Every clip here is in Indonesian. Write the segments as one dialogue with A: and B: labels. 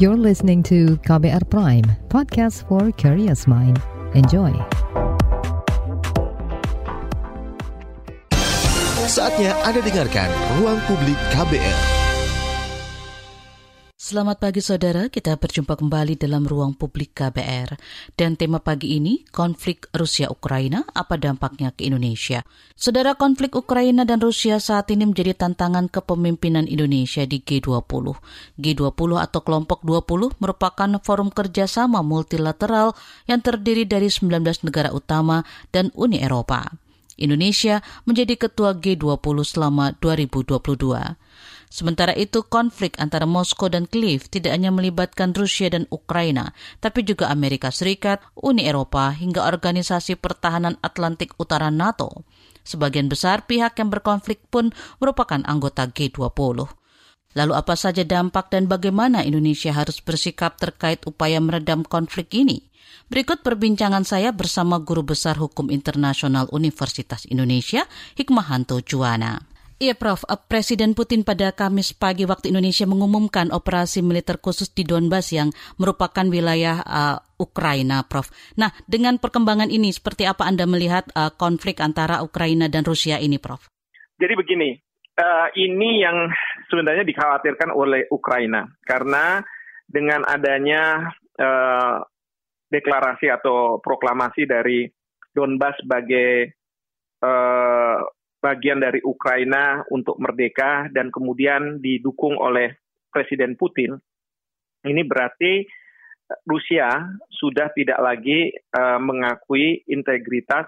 A: You're listening to KBR Prime, podcast for curious mind. Enjoy.
B: Saatnya Anda dengarkan Ruang Publik KBR.
C: Selamat pagi saudara, kita berjumpa kembali dalam Ruang Publik KBR. Dan tema pagi ini, konflik Rusia-Ukraina, apa dampaknya ke Indonesia? Saudara, konflik Ukraina dan Rusia saat ini menjadi tantangan kepemimpinan Indonesia di G20. G20 atau Kelompok 20 merupakan forum kerjasama multilateral yang terdiri dari 19 negara utama dan Uni Eropa. Indonesia menjadi ketua G20 selama 2022. Sementara itu, konflik antara Moskow dan Kiev tidak hanya melibatkan Rusia dan Ukraina, tapi juga Amerika Serikat, Uni Eropa, hingga Organisasi Pertahanan Atlantik Utara NATO. Sebagian besar pihak yang berkonflik pun merupakan anggota G20. Lalu apa saja dampak dan bagaimana Indonesia harus bersikap terkait upaya meredam konflik ini? Berikut perbincangan saya bersama Guru Besar Hukum Internasional Universitas Indonesia, Hikmahanto Juwana. Iya Prof, Presiden Putin pada Kamis pagi waktu Indonesia mengumumkan operasi militer khusus di Donbas yang merupakan wilayah Ukraina, Prof. Nah, dengan perkembangan ini, seperti apa Anda melihat konflik antara Ukraina dan Rusia ini, Prof?
D: Jadi begini, ini yang sebenarnya dikhawatirkan oleh Ukraina, karena dengan adanya deklarasi atau proklamasi dari Donbas sebagai bagian dari Ukraina untuk merdeka dan kemudian didukung oleh Presiden Putin, ini berarti Rusia sudah tidak lagi mengakui integritas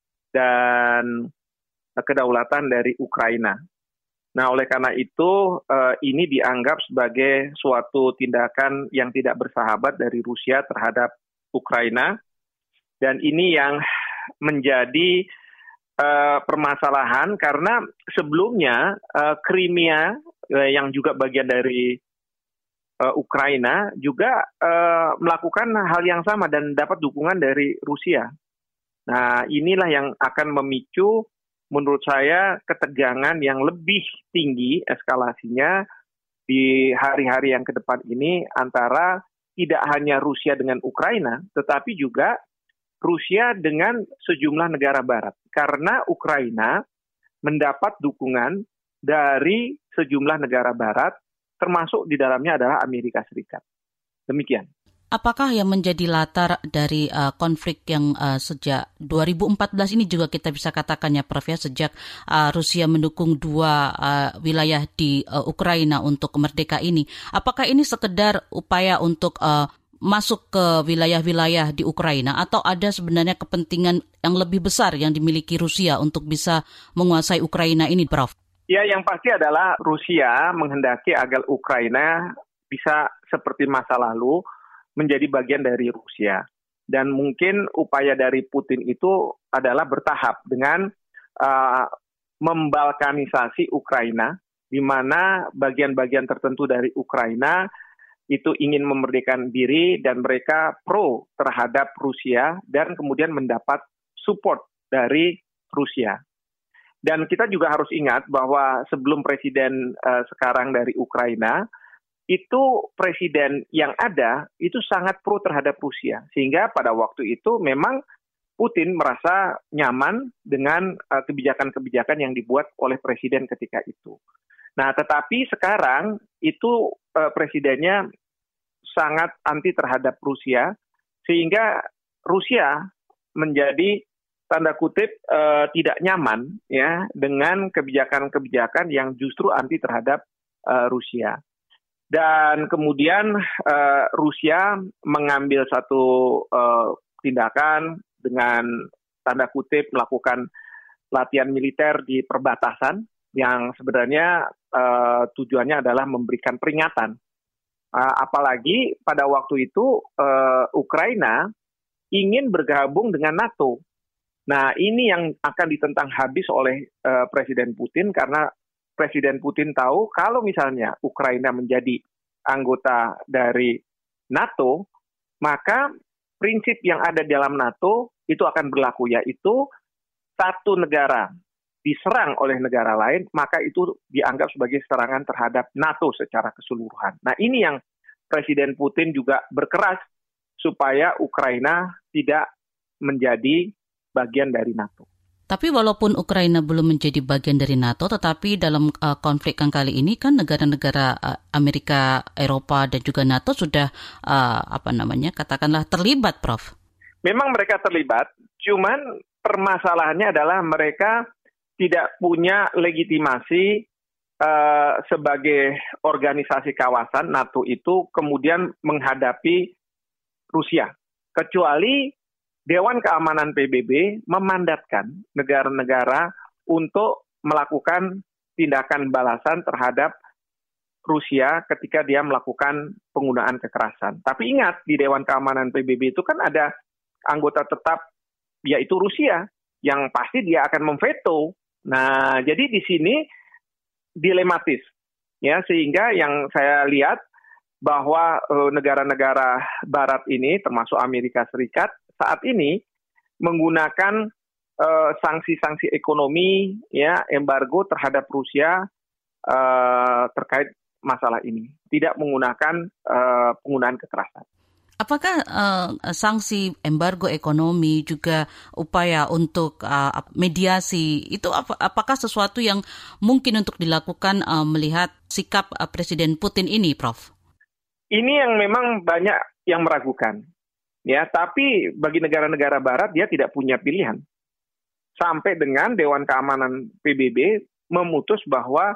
D: dan kedaulatan dari Ukraina. Nah, oleh karena itu ini dianggap sebagai suatu tindakan yang tidak bersahabat dari Rusia terhadap Ukraina, dan ini yang menjadi permasalahan karena sebelumnya Crimea yang juga bagian dari Ukraina juga melakukan hal yang sama dan dapat dukungan dari Rusia. Nah, inilah yang akan memicu menurut saya ketegangan yang lebih tinggi eskalasinya di hari-hari yang ke depan ini antara tidak hanya Rusia dengan Ukraina, tetapi juga Rusia dengan sejumlah negara barat. Karena Ukraina mendapat dukungan dari sejumlah negara barat, termasuk di dalamnya adalah Amerika Serikat. Demikian.
C: Apakah yang menjadi latar dari konflik yang sejak 2014 ini juga kita bisa katakan ya Prof ya, sejak Rusia mendukung dua wilayah di Ukraina untuk merdeka ini. Apakah ini sekedar upaya untuk masuk ke wilayah-wilayah di Ukraina atau ada sebenarnya kepentingan yang lebih besar yang dimiliki Rusia untuk bisa menguasai Ukraina ini, Prof?
D: Ya, yang pasti adalah Rusia menghendaki agar Ukraina bisa seperti masa lalu menjadi bagian dari Rusia. Dan mungkin upaya dari Putin itu adalah bertahap dengan membalkanisasi Ukraina, di mana bagian-bagian tertentu dari Ukraina itu ingin memerdekakan diri dan mereka pro terhadap Rusia dan kemudian mendapat support dari Rusia. Dan kita juga harus ingat bahwa sebelum presiden sekarang dari Ukraina, itu presiden yang ada itu sangat pro terhadap Rusia. Sehingga pada waktu itu memang Putin merasa nyaman dengan kebijakan-kebijakan yang dibuat oleh presiden ketika itu. Nah, tetapi sekarang itu presidennya sangat anti terhadap Rusia, sehingga Rusia menjadi tanda kutip tidak nyaman ya dengan kebijakan-kebijakan yang justru anti terhadap Rusia. Dan kemudian Rusia mengambil satu tindakan dengan tanda kutip melakukan latihan militer di perbatasan yang sebenarnya tujuannya adalah memberikan peringatan. Apalagi pada waktu itu Ukraina ingin bergabung dengan NATO. Nah, ini yang akan ditentang habis oleh Presiden Putin karena Presiden Putin tahu kalau misalnya Ukraina menjadi anggota dari NATO, maka prinsip yang ada dalam NATO itu akan berlaku, yaitu satu negara diserang oleh negara lain, maka itu dianggap sebagai serangan terhadap NATO secara keseluruhan. Nah, ini yang Presiden Putin juga berkeras supaya Ukraina tidak menjadi bagian dari NATO.
C: Tapi walaupun Ukraina belum menjadi bagian dari NATO, tetapi dalam konflik yang kali ini kan negara-negara Amerika, Eropa dan juga NATO sudah katakanlah terlibat, Prof.
D: Memang mereka terlibat, cuman permasalahannya adalah mereka tidak punya legitimasi sebagai organisasi kawasan NATO itu kemudian menghadapi Rusia. Kecuali Dewan Keamanan PBB memandatkan negara-negara untuk melakukan tindakan balasan terhadap Rusia ketika dia melakukan penggunaan kekerasan. Tapi ingat, di Dewan Keamanan PBB itu kan ada anggota tetap, yaitu Rusia, yang pasti dia akan memveto. Nah, jadi di sini dilematis, ya, sehingga yang saya lihat bahwa negara-negara Barat ini, termasuk Amerika Serikat, saat ini menggunakan sanksi-sanksi ekonomi, ya, embargo terhadap Rusia terkait masalah ini, tidak menggunakan penggunaan kekerasan.
C: Apakah sanksi embargo ekonomi juga upaya untuk mediasi itu apakah sesuatu yang mungkin untuk dilakukan melihat sikap Presiden Putin ini, Prof?
D: Ini yang memang banyak yang meragukan. Ya, tapi bagi negara-negara Barat dia tidak punya pilihan. Sampai dengan Dewan Keamanan PBB memutus bahwa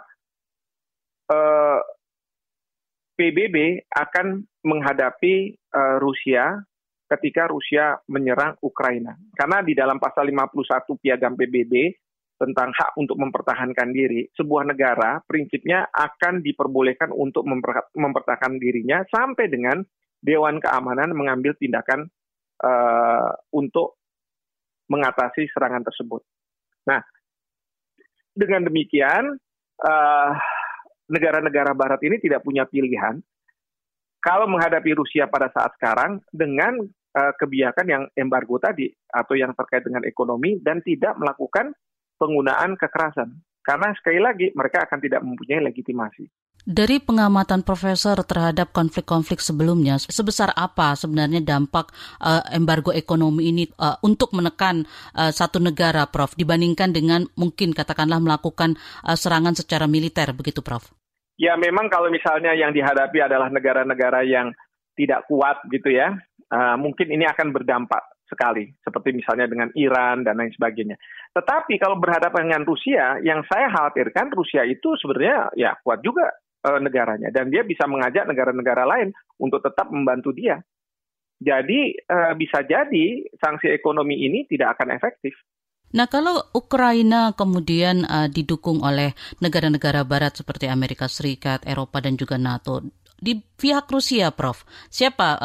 D: PBB akan menghadapi Rusia ketika Rusia menyerang Ukraina. Karena di dalam pasal 51 Piagam PBB tentang hak untuk mempertahankan diri, sebuah negara prinsipnya akan diperbolehkan untuk mempertahankan dirinya sampai dengan Dewan Keamanan mengambil tindakan untuk mengatasi serangan tersebut. Nah, dengan demikian, negara-negara Barat ini tidak punya pilihan kalau menghadapi Rusia pada saat sekarang dengan kebijakan yang embargo tadi atau yang terkait dengan ekonomi dan tidak melakukan penggunaan kekerasan. Karena sekali lagi mereka akan tidak mempunyai legitimasi.
C: Dari pengamatan Profesor terhadap konflik-konflik sebelumnya, sebesar apa sebenarnya dampak embargo ekonomi ini untuk menekan satu negara, Prof, dibandingkan dengan mungkin katakanlah melakukan serangan secara militer, begitu, Prof?
D: Ya, memang kalau misalnya yang dihadapi adalah negara-negara yang tidak kuat gitu ya, mungkin ini akan berdampak sekali, seperti misalnya dengan Iran dan lain sebagainya. Tetapi kalau berhadapan dengan Rusia, yang saya khawatirkan Rusia itu sebenarnya ya kuat juga negaranya, dan dia bisa mengajak negara-negara lain untuk tetap membantu dia. Jadi bisa jadi sanksi ekonomi ini tidak akan efektif.
C: Nah, kalau Ukraina kemudian didukung oleh negara-negara Barat seperti Amerika Serikat, Eropa dan juga NATO, di pihak Rusia, Prof, siapa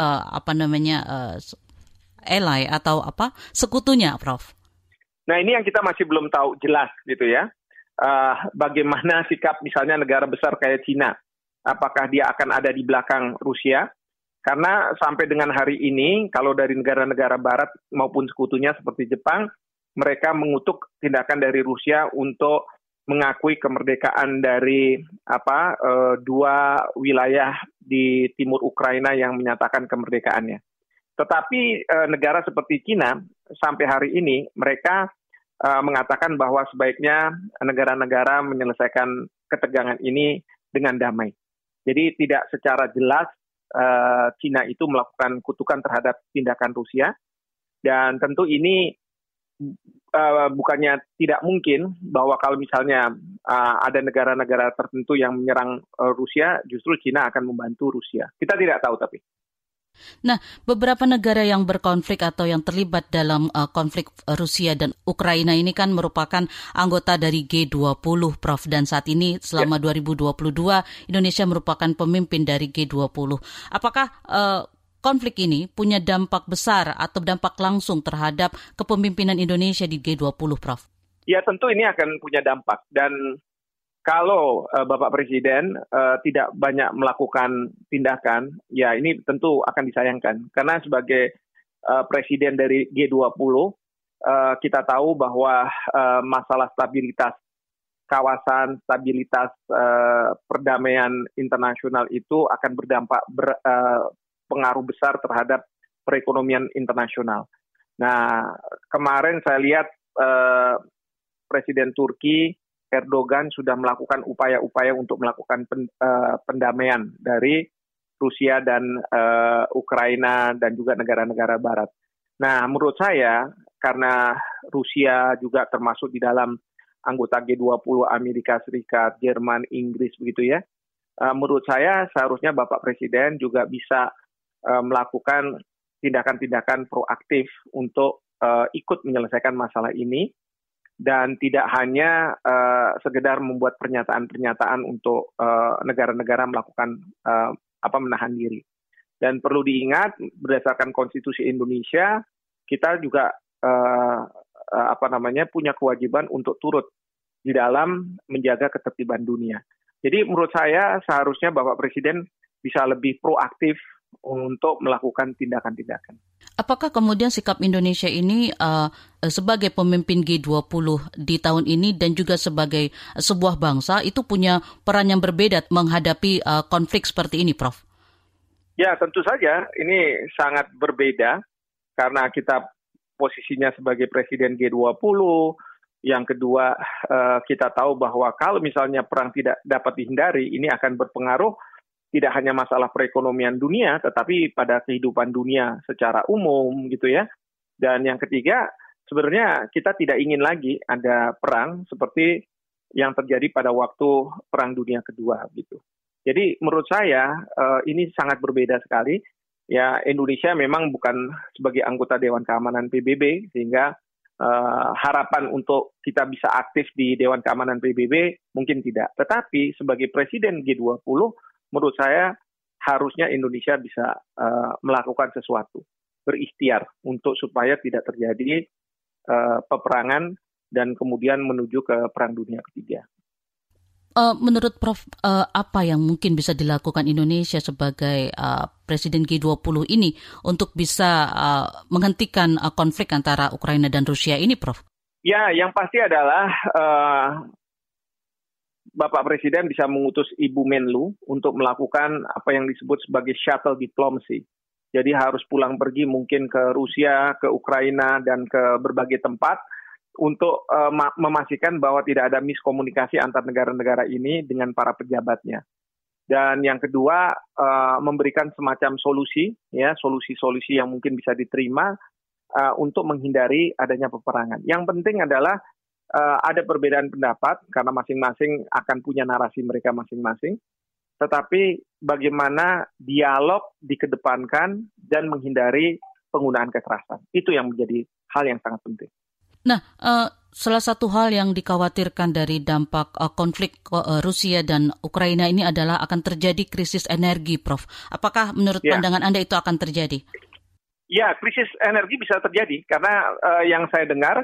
C: ally atau sekutunya, Prof?
D: Nah, ini yang kita masih belum tahu jelas gitu ya. Bagaimana sikap misalnya negara besar kayak Cina, apakah dia akan ada di belakang Rusia? Karena sampai dengan hari ini, kalau dari negara-negara Barat maupun sekutunya seperti Jepang, mereka mengutuk tindakan dari Rusia untuk mengakui kemerdekaan dari dua wilayah di timur Ukraina yang menyatakan kemerdekaannya. Tetapi negara seperti China sampai hari ini mereka mengatakan bahwa sebaiknya negara-negara menyelesaikan ketegangan ini dengan damai. Jadi tidak secara jelas China itu melakukan kutukan terhadap tindakan Rusia, dan tentu ini bukannya tidak mungkin bahwa kalau misalnya ada negara-negara tertentu yang menyerang Rusia, justru China akan membantu Rusia. Kita tidak tahu tapi.
C: Nah, beberapa negara yang berkonflik atau yang terlibat dalam konflik Rusia dan Ukraina ini kan merupakan anggota dari G20, Prof. Dan saat ini selama 2022, Indonesia merupakan pemimpin dari G20. Apakah konflik ini punya dampak besar atau dampak langsung terhadap kepemimpinan Indonesia di G20, Prof?
D: Ya, tentu ini akan punya dampak. Dan kalau Bapak Presiden tidak banyak melakukan tindakan, ya ini tentu akan disayangkan. Karena sebagai Presiden dari G20, kita tahu bahwa masalah stabilitas kawasan, stabilitas perdamaian internasional itu akan berdampak pengaruh besar terhadap perekonomian internasional. Nah, kemarin saya lihat Presiden Turki Erdogan sudah melakukan upaya-upaya untuk melakukan pendamaian dari Rusia dan Ukraina dan juga negara-negara Barat. Nah, menurut saya karena Rusia juga termasuk di dalam anggota G20 Amerika Serikat, Jerman, Inggris begitu ya. Menurut saya seharusnya Bapak Presiden juga bisa melakukan tindakan-tindakan proaktif untuk ikut menyelesaikan masalah ini dan tidak hanya sekedar membuat pernyataan-pernyataan untuk negara-negara melakukan menahan diri. Dan perlu diingat berdasarkan konstitusi Indonesia kita juga punya kewajiban untuk turut di dalam menjaga ketertiban dunia. Jadi menurut saya seharusnya Bapak Presiden bisa lebih proaktif untuk melakukan tindakan-tindakan.
C: Apakah kemudian sikap Indonesia ini sebagai pemimpin G20 di tahun ini dan juga sebagai sebuah bangsa itu punya peran yang berbeda menghadapi konflik seperti ini, Prof?
D: Ya, tentu saja ini sangat berbeda karena kita posisinya sebagai Presiden G20. Yang kedua, kita tahu bahwa kalau misalnya perang tidak dapat dihindari, ini akan berpengaruh tidak hanya masalah perekonomian dunia, tetapi pada kehidupan dunia secara umum gitu ya. Dan yang ketiga, sebenarnya kita tidak ingin lagi ada perang seperti yang terjadi pada waktu Perang Dunia Kedua gitu. Jadi menurut saya ini sangat berbeda sekali. Ya, Indonesia memang bukan sebagai anggota Dewan Keamanan PBB, sehingga harapan untuk kita bisa aktif di Dewan Keamanan PBB mungkin tidak. Tetapi sebagai Presiden G20, menurut saya harusnya Indonesia bisa melakukan sesuatu, berikhtiar untuk supaya tidak terjadi peperangan dan kemudian menuju ke Perang Dunia Ketiga.
C: Menurut Prof, apa yang mungkin bisa dilakukan Indonesia sebagai Presiden G20 ini untuk bisa menghentikan konflik antara Ukraina dan Rusia ini, Prof?
D: Ya, yang pasti adalah Bapak Presiden bisa mengutus Ibu Menlu untuk melakukan apa yang disebut sebagai shuttle diplomacy. Jadi harus pulang pergi mungkin ke Rusia, ke Ukraina, dan ke berbagai tempat untuk memastikan bahwa tidak ada miskomunikasi antar negara-negara ini dengan para pejabatnya. Dan yang kedua, memberikan semacam solusi, ya solusi-solusi yang mungkin bisa diterima untuk menghindari adanya peperangan. Yang penting adalah ada perbedaan pendapat karena masing-masing akan punya narasi mereka masing-masing. Tetapi bagaimana dialog dikedepankan dan menghindari penggunaan kekerasan. Itu yang menjadi hal yang sangat penting.
C: Nah, salah satu hal yang dikhawatirkan dari dampak konflik Rusia dan Ukraina ini adalah akan terjadi krisis energi, Prof. Apakah menurut pandangan Anda itu akan terjadi?
D: Ya, krisis energi bisa terjadi karena yang saya dengar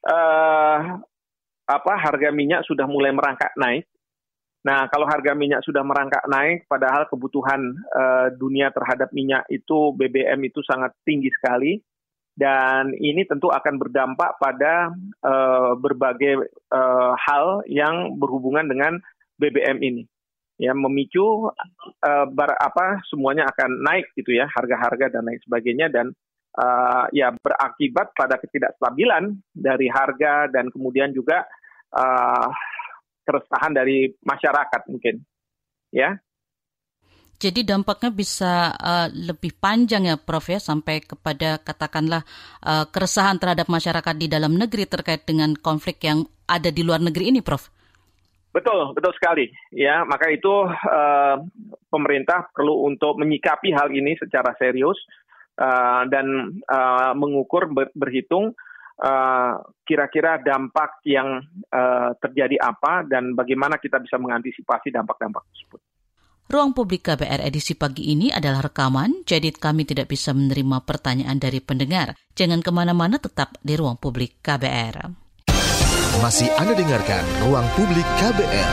D: harga minyak sudah mulai merangkak naik. Nah, kalau harga minyak sudah merangkak naik, padahal kebutuhan dunia terhadap minyak itu, BBM itu sangat tinggi sekali. Dan ini tentu akan berdampak pada berbagai hal yang berhubungan dengan BBM ini. Ya, memicu semuanya akan naik gitu ya, harga-harga dan lain sebagainya, dan berakibat pada ketidakstabilan dari harga dan kemudian juga keresahan dari masyarakat mungkin. Ya.
C: Jadi dampaknya bisa lebih panjang ya, Prof, ya, sampai kepada katakanlah keresahan terhadap masyarakat di dalam negeri terkait dengan konflik yang ada di luar negeri ini, Prof.
D: Betul sekali. Ya, maka itu pemerintah perlu untuk menyikapi hal ini secara serius dan mengukur, berhitung kira-kira dampak yang terjadi apa dan bagaimana kita bisa mengantisipasi dampak-dampak tersebut.
C: Ruang Publik KBR edisi pagi ini adalah rekaman, jadi kami tidak bisa menerima pertanyaan dari pendengar. Jangan kemana-mana, tetap di Ruang Publik KBR.
B: Masih Anda dengarkan Ruang Publik KBR.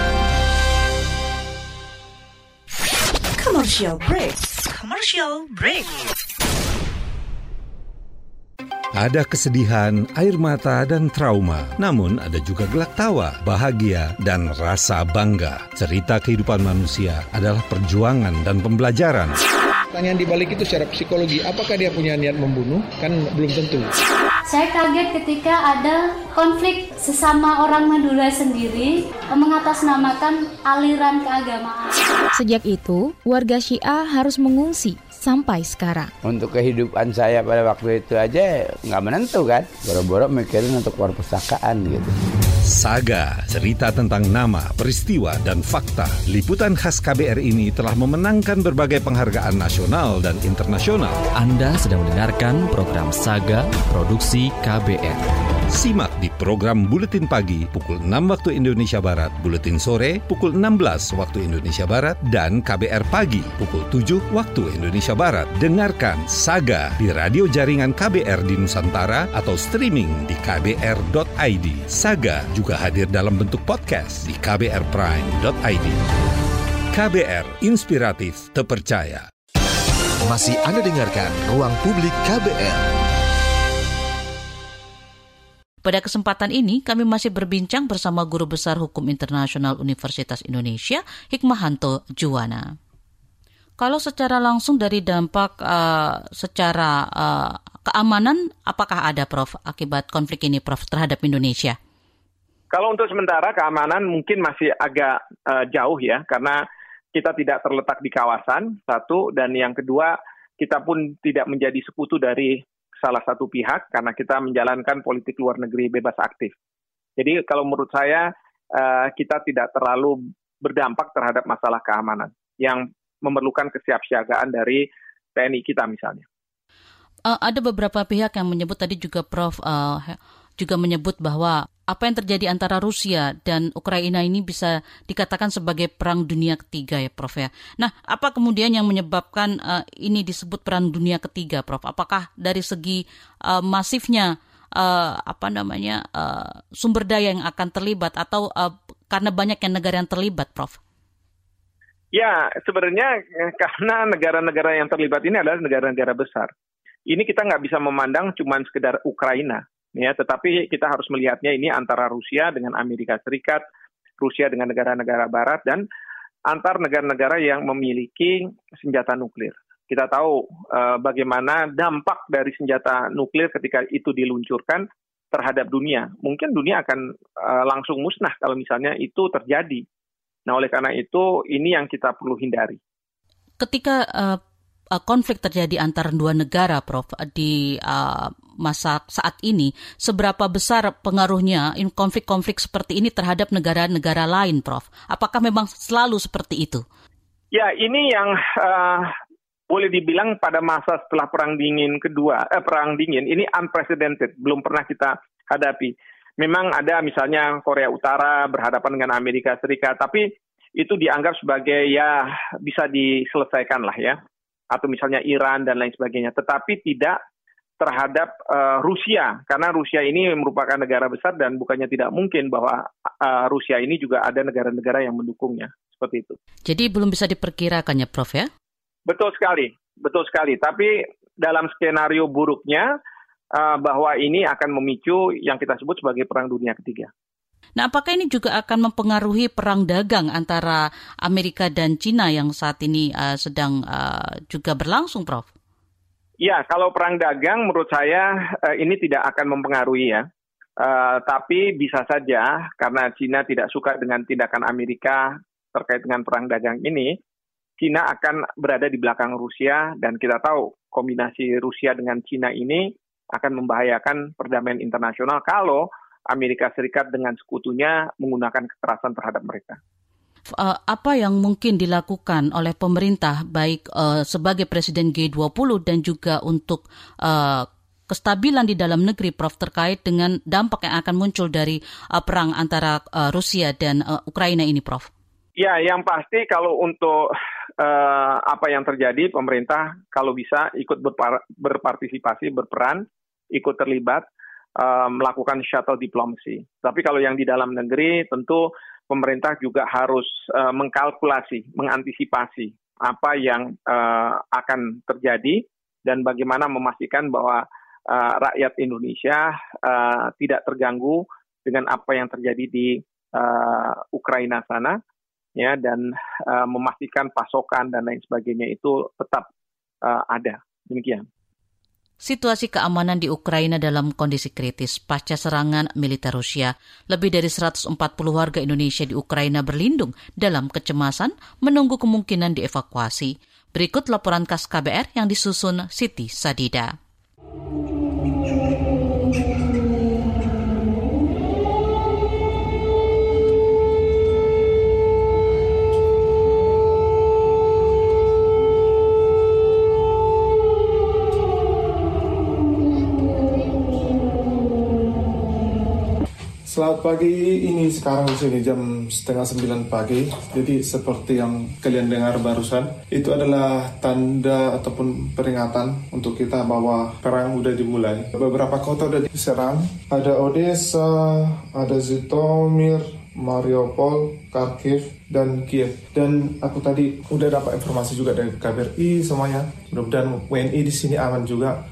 E: Commercial break. Ada kesedihan, air mata, dan trauma. Namun ada juga gelak tawa, bahagia, dan rasa bangga. Cerita kehidupan manusia adalah perjuangan dan pembelajaran.
F: Pertanyaan dibalik itu secara psikologi, apakah dia punya niat membunuh? Kan belum tentu.
G: Saya kaget ketika ada konflik sesama orang Madura sendiri mengatasnamakan aliran keagamaan.
H: Sejak itu, warga Syiah harus mengungsi sampai sekarang.
I: Untuk kehidupan saya pada waktu itu aja nggak menentu kan. Boro-boro mikirin untuk perpustakaan gitu.
E: Saga, cerita tentang nama, peristiwa, dan fakta. Liputan khas KBR ini telah memenangkan berbagai penghargaan nasional dan internasional.
J: Anda sedang mendengarkan program Saga Produksi KBR.
E: Simak di program Buletin Pagi pukul 6 waktu Indonesia Barat, Buletin Sore pukul 16 waktu Indonesia Barat, dan KBR Pagi pukul 7 waktu Indonesia Barat. Dengarkan Saga di radio jaringan KBR di Nusantara atau streaming di kbr.id. Saga juga hadir dalam bentuk podcast di kbrprime.id. KBR, inspiratif, terpercaya.
B: Masih Anda dengarkan Ruang Publik KBR.
C: Pada kesempatan ini, kami masih berbincang bersama Guru Besar Hukum Internasional Universitas Indonesia, Hikmahanto Juwana. Kalau secara langsung dari dampak secara keamanan, apakah ada, Prof, akibat konflik ini, Prof, terhadap Indonesia?
D: Kalau untuk sementara keamanan mungkin masih agak jauh ya, karena kita tidak terletak di kawasan, satu, dan yang kedua, kita pun tidak menjadi sekutu dari salah satu pihak karena kita menjalankan politik luar negeri bebas aktif. Jadi kalau menurut saya kita tidak terlalu berdampak terhadap masalah keamanan yang memerlukan kesiapsiagaan dari TNI kita misalnya.
C: Ada beberapa pihak yang menyebut tadi juga Prof juga menyebut bahwa apa yang terjadi antara Rusia dan Ukraina ini bisa dikatakan sebagai perang dunia ketiga ya, Prof ya. Nah, apa kemudian yang menyebabkan ini disebut perang dunia ketiga, Prof? Apakah dari segi masifnya sumber daya yang akan terlibat atau karena banyaknya negara yang terlibat, Prof?
D: Ya, sebenarnya karena negara-negara yang terlibat ini adalah negara-negara besar. Ini kita nggak bisa memandang cuma sekedar Ukraina. Ya, tetapi kita harus melihatnya ini antara Rusia dengan Amerika Serikat, Rusia dengan negara-negara Barat, dan antar negara-negara yang memiliki senjata nuklir. Kita tahu bagaimana dampak dari senjata nuklir ketika itu diluncurkan terhadap dunia. Mungkin dunia akan langsung musnah kalau misalnya itu terjadi. Nah, oleh karena itu ini yang kita perlu hindari.
C: Ketika konflik terjadi antara dua negara, Prof, di masa saat ini, seberapa besar pengaruhnya konflik-konflik seperti ini terhadap negara-negara lain, Prof? Apakah memang selalu seperti itu?
D: Ya, ini yang boleh dibilang pada masa setelah Perang Dingin ini unprecedented, belum pernah kita hadapi. Memang ada misalnya Korea Utara berhadapan dengan Amerika Serikat, tapi itu dianggap sebagai ya bisa diselesaikan lah ya. Atau misalnya Iran dan lain sebagainya, tetapi tidak terhadap Rusia, karena Rusia ini merupakan negara besar dan bukannya tidak mungkin bahwa Rusia ini juga ada negara-negara yang mendukungnya, seperti itu.
C: Jadi belum bisa diperkirakan ya, Prof ya?
D: Betul sekali. Tapi dalam skenario buruknya bahwa ini akan memicu yang kita sebut sebagai Perang Dunia Ketiga.
C: Nah, apakah ini juga akan mempengaruhi perang dagang antara Amerika dan China yang saat ini sedang juga berlangsung, Prof?
D: Ya, kalau perang dagang menurut saya ini tidak akan mempengaruhi ya. Tapi bisa saja karena China tidak suka dengan tindakan Amerika terkait dengan perang dagang ini, China akan berada di belakang Rusia dan kita tahu kombinasi Rusia dengan China ini akan membahayakan perdamaian internasional kalau Amerika Serikat dengan sekutunya menggunakan kekerasan terhadap mereka.
C: Apa yang mungkin dilakukan oleh pemerintah baik sebagai Presiden G20 dan juga untuk kestabilan di dalam negeri, Prof, terkait dengan dampak yang akan muncul dari perang antara Rusia dan Ukraina ini, Prof?
D: Ya, yang pasti kalau untuk apa yang terjadi, pemerintah kalau bisa ikut berpartisipasi, berperan, ikut terlibat, melakukan shuttle diplomacy. Tapi kalau yang di dalam negeri tentu pemerintah juga harus mengkalkulasi, mengantisipasi apa yang akan terjadi dan bagaimana memastikan bahwa rakyat Indonesia tidak terganggu dengan apa yang terjadi di Ukraina sana, ya, dan memastikan pasokan dan lain sebagainya itu tetap ada. Demikian.
C: Situasi keamanan di Ukraina dalam kondisi kritis pasca serangan militer Rusia. Lebih dari 140 warga Indonesia di Ukraina berlindung dalam kecemasan menunggu kemungkinan dievakuasi. Berikut laporan khas KBR yang disusun Siti Sadida.
K: Selamat pagi, ini sekarang di sini jam 8:30 pagi. Jadi seperti yang kalian dengar barusan, itu adalah tanda ataupun peringatan untuk kita bahwa perang udah dimulai. Beberapa kota udah diserang, ada Odessa, ada Zhytomyr, Mariupol, Kharkiv, dan Kiev. Dan aku tadi udah dapat informasi juga dari KBRI semuanya. Mudah-mudahan WNI di sini aman juga.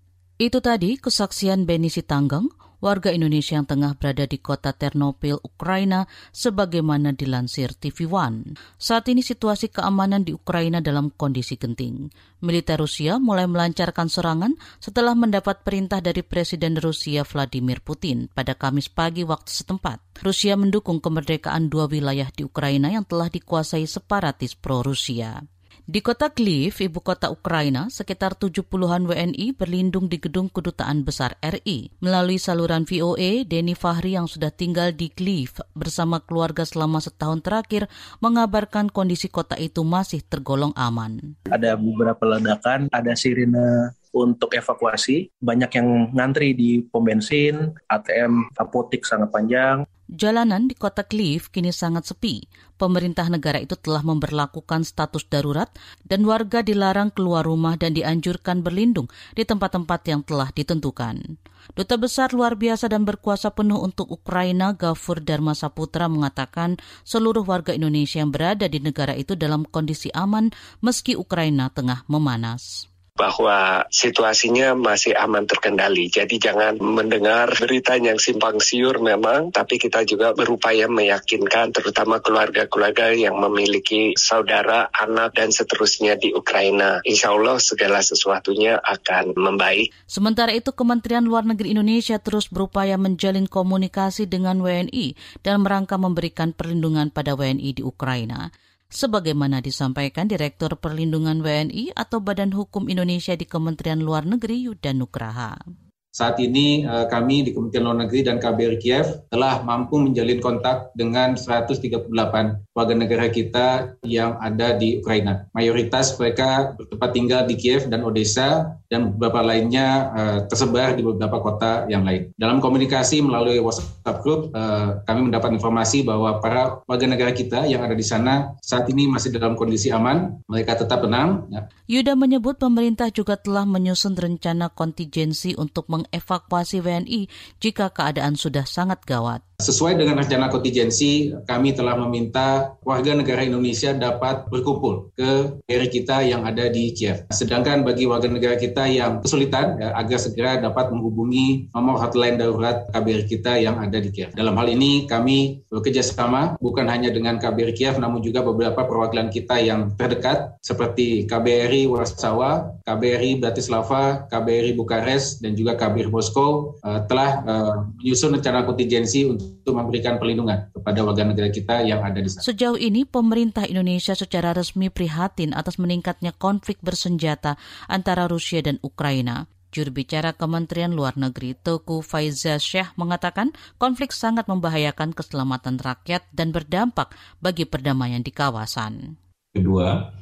C: Itu tadi kesaksian Benny Sitanggang, warga Indonesia yang tengah berada di kota Ternopil, Ukraina, sebagaimana dilansir TV One. Saat ini situasi keamanan di Ukraina dalam kondisi genting. Militer Rusia mulai melancarkan serangan setelah mendapat perintah dari Presiden Rusia Vladimir Putin pada Kamis pagi waktu setempat. Rusia mendukung kemerdekaan 2 wilayah di Ukraina yang telah dikuasai separatis pro-Rusia. Di kota Kyiv, ibu kota Ukraina, sekitar 70-an WNI berlindung di gedung Kedutaan Besar RI. Melalui saluran VOA, Denny Fahri yang sudah tinggal di Kyiv bersama keluarga selama setahun terakhir mengabarkan kondisi kota itu masih tergolong aman.
L: Ada beberapa ledakan, ada sirine untuk evakuasi, banyak yang ngantri di pom bensin, ATM, apotik sangat panjang.
C: Jalanan di kota Kyiv kini sangat sepi. Pemerintah negara itu telah memberlakukan status darurat dan warga dilarang keluar rumah dan dianjurkan berlindung di tempat-tempat yang telah ditentukan. Duta Besar Luar Biasa dan Berkuasa Penuh untuk Ukraina, Gafur Dharma Saputra, mengatakan seluruh warga Indonesia yang berada di negara itu dalam kondisi aman meski Ukraina tengah memanas.
M: Bahwa situasinya masih aman terkendali. Jadi jangan mendengar berita yang simpang siur memang, tapi kita juga berupaya meyakinkan terutama keluarga-keluarga yang memiliki saudara, anak, dan seterusnya di Ukraina. Insya Allah segala sesuatunya akan membaik.
C: Sementara itu, Kementerian Luar Negeri Indonesia terus berupaya menjalin komunikasi dengan WNI dalam rangka memberikan perlindungan pada WNI di Ukraina. Sebagaimana disampaikan Direktur Perlindungan WNI atau Badan Hukum Indonesia di Kementerian Luar Negeri Yuda Nugraha.
N: Saat ini kami di Kementerian Luar Negeri dan KBRI Kiev telah mampu menjalin kontak dengan 138 warga negara kita yang ada di Ukraina. Mayoritas mereka bertempat tinggal di Kiev dan Odessa dan beberapa lainnya tersebar di beberapa kota yang lain. Dalam komunikasi melalui WhatsApp group, kami mendapat informasi bahwa para warga negara kita yang ada di sana saat ini masih dalam kondisi aman, mereka tetap tenang. Ya.
C: Yuda menyebut pemerintah juga telah menyusun rencana kontingensi untuk mengevakuasi WNI jika keadaan sudah sangat gawat.
N: Sesuai dengan rencana kontingensi, kami telah meminta warga negara Indonesia dapat berkumpul ke KBRI kita yang ada di Kiev. Sedangkan bagi warga negara kita yang kesulitan, agar segera dapat menghubungi nomor hotline darurat KBRI kita yang ada di Kiev. Dalam hal ini kami bekerja sama bukan hanya dengan KBRI Kiev, namun juga beberapa perwakilan kita yang terdekat seperti KBRI Warsawa, KBRI Bratislava, KBRI Bukares, dan juga KBRI Moskow telah menyusun rencana kontingensi untuk memberikan perlindungan kepada warga negara kita yang ada di sana.
C: Sejauh ini, pemerintah Indonesia secara resmi prihatin atas meningkatnya konflik bersenjata antara Rusia dan Ukraina. Juru bicara Kementerian Luar Negeri Teuku Faizasyah mengatakan konflik sangat membahayakan keselamatan rakyat dan berdampak bagi perdamaian di kawasan.
O: Kedua,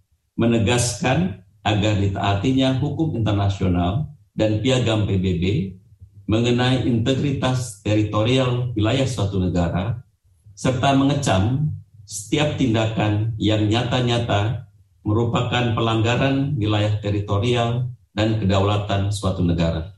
O: menegaskan agar ditaatinya hukum internasional dan piagam PBB mengenai integritas teritorial wilayah suatu negara, serta mengecam setiap tindakan yang nyata-nyata merupakan pelanggaran wilayah teritorial dan kedaulatan suatu negara.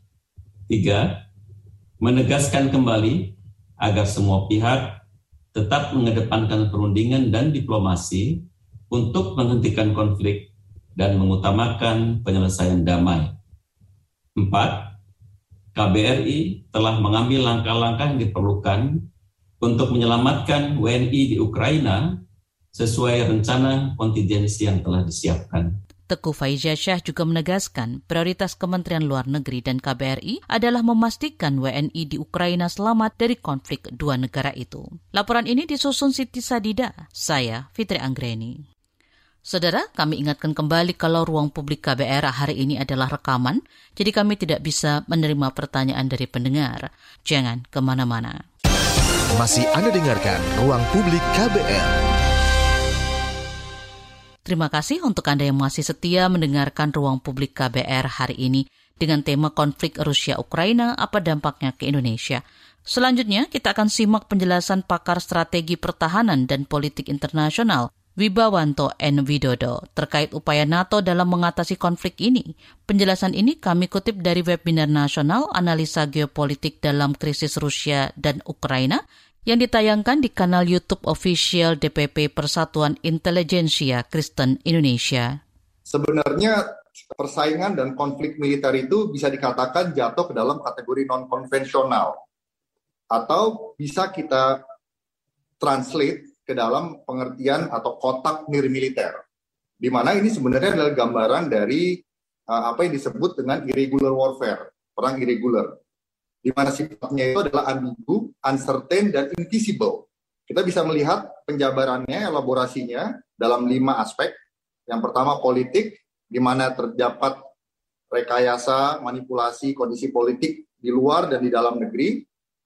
O: 3, menegaskan kembali agar semua pihak tetap mengedepankan perundingan dan diplomasi untuk menghentikan konflik dan mengutamakan penyelesaian damai. 4, KBRI telah mengambil langkah-langkah yang diperlukan untuk menyelamatkan WNI di Ukraina sesuai rencana kontingensi yang telah disiapkan.
C: Teguh Faizasyah juga menegaskan prioritas Kementerian Luar Negeri dan KBRI adalah memastikan WNI di Ukraina selamat dari konflik dua negara itu. Laporan ini disusun Siti Sadida, saya Fitri Anggreni. Saudara, kami ingatkan kembali kalau ruang publik KBR hari ini adalah rekaman, jadi kami tidak bisa menerima pertanyaan dari pendengar. Jangan kemana-mana.
B: Masih Anda dengarkan Ruang Publik KBR.
C: Terima kasih untuk Anda yang masih setia mendengarkan Ruang Publik KBR hari ini dengan tema konflik Rusia-Ukraina, apa dampaknya ke Indonesia. Selanjutnya, kita akan simak penjelasan pakar strategi pertahanan dan politik internasional, Wibawanto N. Widodo, terkait upaya NATO dalam mengatasi konflik ini. Penjelasan ini kami kutip dari webinar nasional Analisa Geopolitik dalam Krisis Rusia dan Ukraina, yang ditayangkan di kanal YouTube official DPP Persatuan Intelijensia Kristen Indonesia.
P: Sebenarnya persaingan dan konflik militer itu bisa dikatakan jatuh ke dalam kategori non-konvensional. Atau bisa kita translate ke dalam pengertian atau kotak nirmiliter. Di mana ini sebenarnya adalah gambaran dari apa yang disebut dengan irregular warfare, perang irregular. Di mana sifatnya itu adalah ambigu, uncertain, dan invisible. Kita bisa melihat penjabarannya, elaborasinya dalam 5 aspek. Yang pertama politik, di mana terdapat rekayasa, manipulasi, kondisi politik di luar dan di dalam negeri.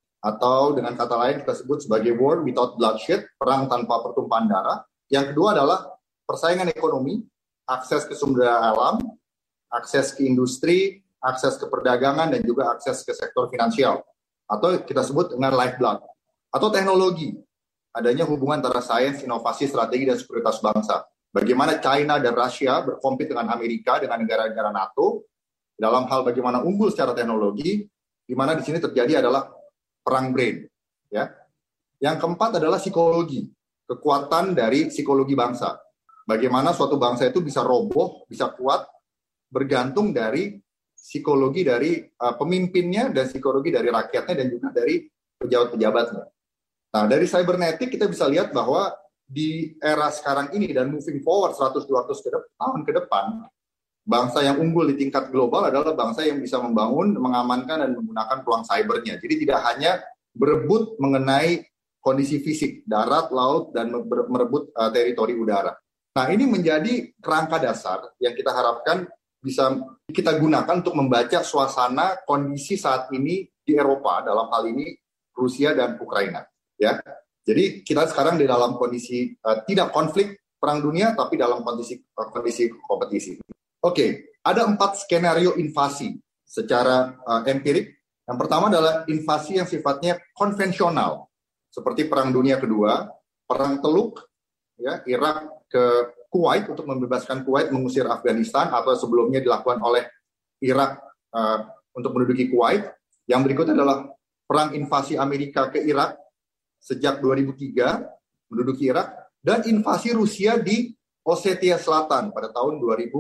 P: Atau dengan kata lain kita sebut sebagai war without bloodshed, perang tanpa pertumpahan darah. Yang kedua adalah persaingan ekonomi, akses ke sumber daya alam, akses ke industri, akses ke perdagangan, dan juga akses ke sektor finansial. Atau kita sebut dengan lifeblood. Atau teknologi, adanya hubungan antara sains, inovasi, strategi, dan sekuritas bangsa. Bagaimana China dan Rusia berkompet dengan Amerika, dengan negara-negara NATO, dalam hal bagaimana unggul secara teknologi, di mana di sini terjadi adalah perang brain. Ya. Yang keempat adalah psikologi, kekuatan dari psikologi bangsa. Bagaimana suatu bangsa itu bisa roboh, bisa kuat, bergantung dari psikologi dari pemimpinnya dan psikologi dari rakyatnya dan juga dari pejabat-pejabatnya. Nah, dari cybernetik kita bisa lihat bahwa di era sekarang ini dan moving forward 100-200 tahun ke depan, bangsa yang unggul di tingkat global adalah bangsa yang bisa membangun, mengamankan, dan menggunakan peluang cybernya. Jadi tidak hanya berebut mengenai kondisi fisik, darat, laut, dan merebut teritori udara. Nah, ini menjadi kerangka dasar yang kita harapkan bisa kita gunakan untuk membaca suasana kondisi saat ini di Eropa, dalam hal ini Rusia dan Ukraina. Ya, jadi kita sekarang di dalam kondisi tidak konflik perang dunia, tapi dalam kondisi kompetisi. Oke, ada 4 skenario invasi secara empirik. Yang pertama adalah invasi yang sifatnya konvensional, seperti Perang Dunia Kedua, Perang Teluk, ya, Irak ke Kuwait untuk membebaskan Kuwait, mengusir Afghanistan, atau sebelumnya dilakukan oleh Irak untuk menduduki Kuwait. Yang berikut adalah perang invasi Amerika ke Irak sejak 2003, menduduki Irak, dan invasi Rusia di Osetia Selatan pada tahun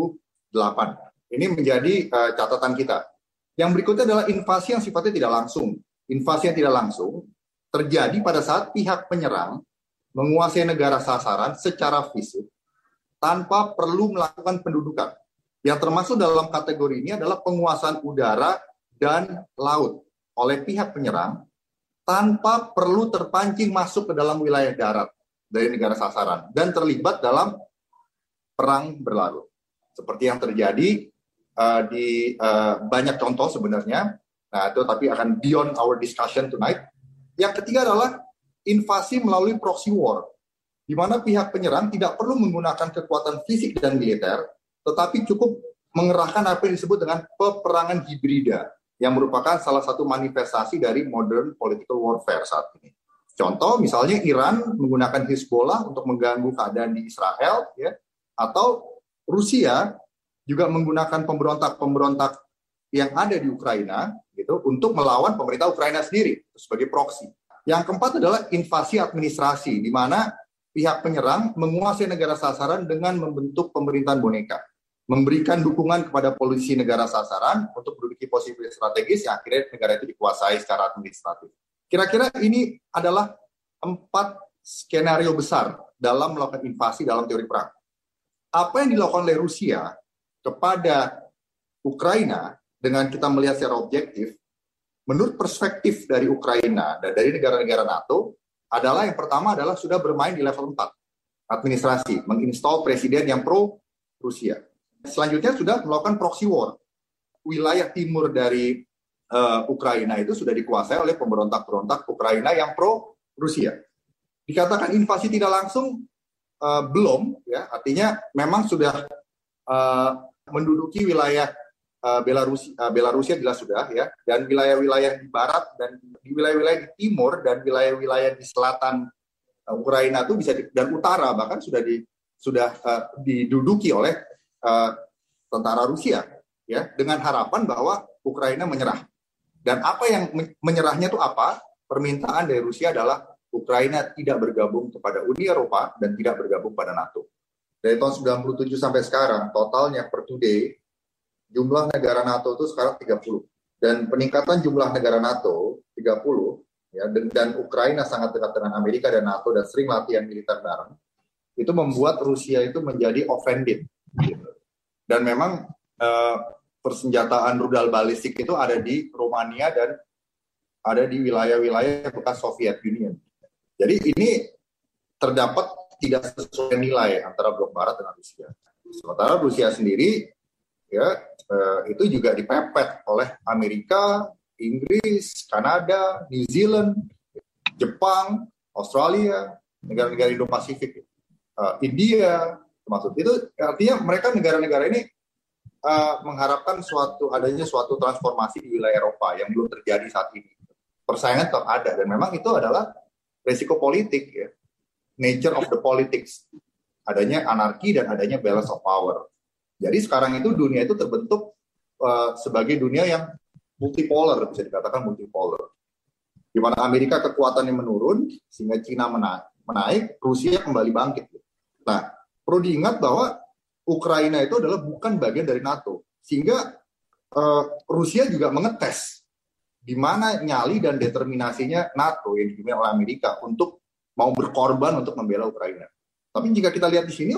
P: 2008. Ini menjadi catatan kita. Yang berikutnya adalah invasi yang sifatnya tidak langsung. Invasi yang tidak langsung terjadi pada saat pihak penyerang menguasai negara sasaran secara fisik tanpa perlu melakukan pendudukan. Yang termasuk dalam kategori ini adalah penguasaan udara dan laut oleh pihak penyerang tanpa perlu terpancing masuk ke dalam wilayah darat dari negara sasaran dan terlibat dalam perang berlarut. Seperti yang terjadi di banyak contoh sebenarnya. Nah, itu tapi akan beyond our discussion tonight. Yang ketiga adalah invasi melalui proxy war, di mana pihak penyerang tidak perlu menggunakan kekuatan fisik dan militer, tetapi cukup mengerahkan apa yang disebut dengan peperangan hibrida, yang merupakan salah satu manifestasi dari modern political warfare saat ini. Contoh, misalnya Iran menggunakan Hezbollah untuk mengganggu keadaan di Israel, ya, atau Rusia juga menggunakan pemberontak-pemberontak yang ada di Ukraina, gitu, untuk melawan pemerintah Ukraina sendiri sebagai proksi. Yang keempat adalah invasi administrasi, di mana pihak penyerang menguasai negara sasaran dengan membentuk pemerintahan boneka. memberikan dukungan kepada polisi negara sasaran untuk menduduki posisi strategis yang akhirnya negara itu dikuasai secara administratif. Kira-kira ini adalah 4 skenario besar dalam melakukan invasi dalam teori perang. Apa yang dilakukan oleh Rusia kepada Ukraina dengan kita melihat secara objektif, menurut perspektif dari Ukraina dan dari negara-negara NATO, adalah yang pertama adalah sudah bermain di level 4, administrasi, menginstal presiden yang pro-Rusia. Selanjutnya sudah melakukan proxy war. Wilayah timur dari Ukraina itu sudah dikuasai oleh pemberontak-pemberontak Ukraina yang pro-Rusia. Dikatakan invasi tidak langsung, belum, ya, artinya memang sudah menduduki wilayah Belarusia jelas sudah, ya, dan wilayah-wilayah di barat dan di wilayah-wilayah di timur dan wilayah-wilayah di selatan Ukraina itu bisa dan utara bahkan sudah diduduki oleh tentara Rusia, ya, dengan harapan bahwa Ukraina menyerah. Dan apa yang menyerahnya itu apa? Permintaan dari Rusia adalah Ukraina tidak bergabung kepada Uni Eropa dan tidak bergabung pada NATO. Dari tahun 97 sampai sekarang, totalnya per today, jumlah negara NATO itu sekarang 30. Dan peningkatan jumlah negara NATO 30, ya, dan Ukraina sangat dekat dengan Amerika dan NATO dan sering latihan militer bareng, itu membuat Rusia itu menjadi offended. Gitu. Dan memang persenjataan rudal balistik itu ada di Romania dan ada di wilayah-wilayah bekas Soviet Union. Jadi ini terdapat tidak sesuai nilai antara blok barat dengan Rusia. Sementara Rusia sendiri, ya, itu juga dipepet oleh Amerika, Inggris, Kanada, New Zealand, Jepang, Australia, negara-negara Indo-Pasifik, India, termasuk itu. Artinya mereka negara-negara ini mengharapkan adanya suatu transformasi di wilayah Eropa yang belum terjadi saat ini. Persaingan tetap ada dan memang itu adalah resiko politik, ya, nature of the politics, adanya anarki dan adanya balance of power. Jadi sekarang itu dunia itu terbentuk sebagai dunia yang multipolar, bisa dikatakan multipolar. Di mana Amerika kekuatannya menurun sehingga Cina menaik, Rusia kembali bangkit. Nah, perlu diingat bahwa Ukraina itu adalah bukan bagian dari NATO, sehingga Rusia juga mengetes di mana nyali dan determinasinya NATO yang dipimpin oleh Amerika untuk mau berkorban untuk membela Ukraina. Tapi jika kita lihat di sini,